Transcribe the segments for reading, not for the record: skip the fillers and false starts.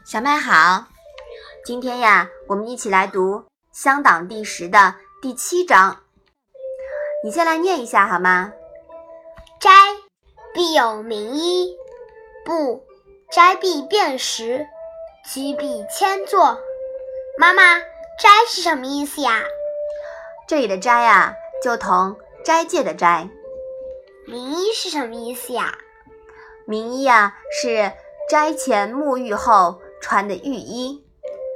小麦好，今天呀，我们一起来读乡党第10的第7章。你先来念一下好吗？ 斋，必有名医，不斋必辨识，居必迁坐。妈妈，斋是什么意思呀？ 这里的斋呀，就同斋戒的斋。 名医是什么意思呀？ 名衣呀，是斋前沐浴后穿的浴衣。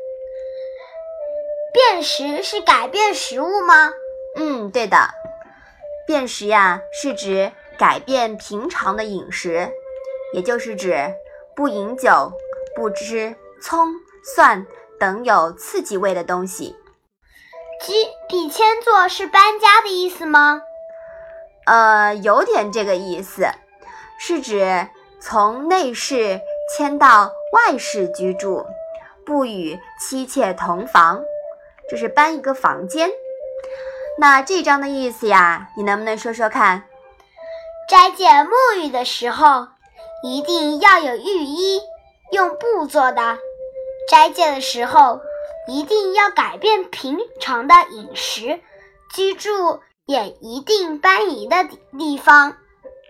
辨识是改变食物吗？ 对的。辨识呀，是指改变平常的饮食，也就是指不饮酒，不吃葱、蒜等有刺激味的东西。 居必迁坐是搬家的意思吗？ 有点这个意思，是指从内室迁到外室居住，不与妻妾同房，这是搬一个房间。那这章的意思呀，你能不能说说看？ 斋戒沐浴的时候，一定要有浴衣，用布做的。斋戒的时候，一定要改变平常的饮食，居住也一定搬移的地方。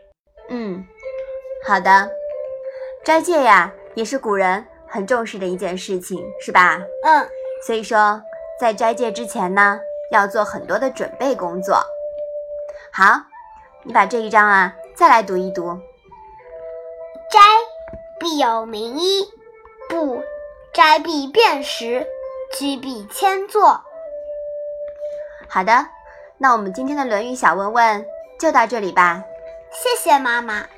好的。斋戒呀，也是古人很重视的一件事情，是吧？所以说，在斋戒之前呢，要做很多的准备工作。好，你把这一章啊，再来读一读。 斋，必有名医，不斋必辨识，居必迁坐。 好的，那我们今天的《论语》小问问就到这里吧。 谢谢妈妈。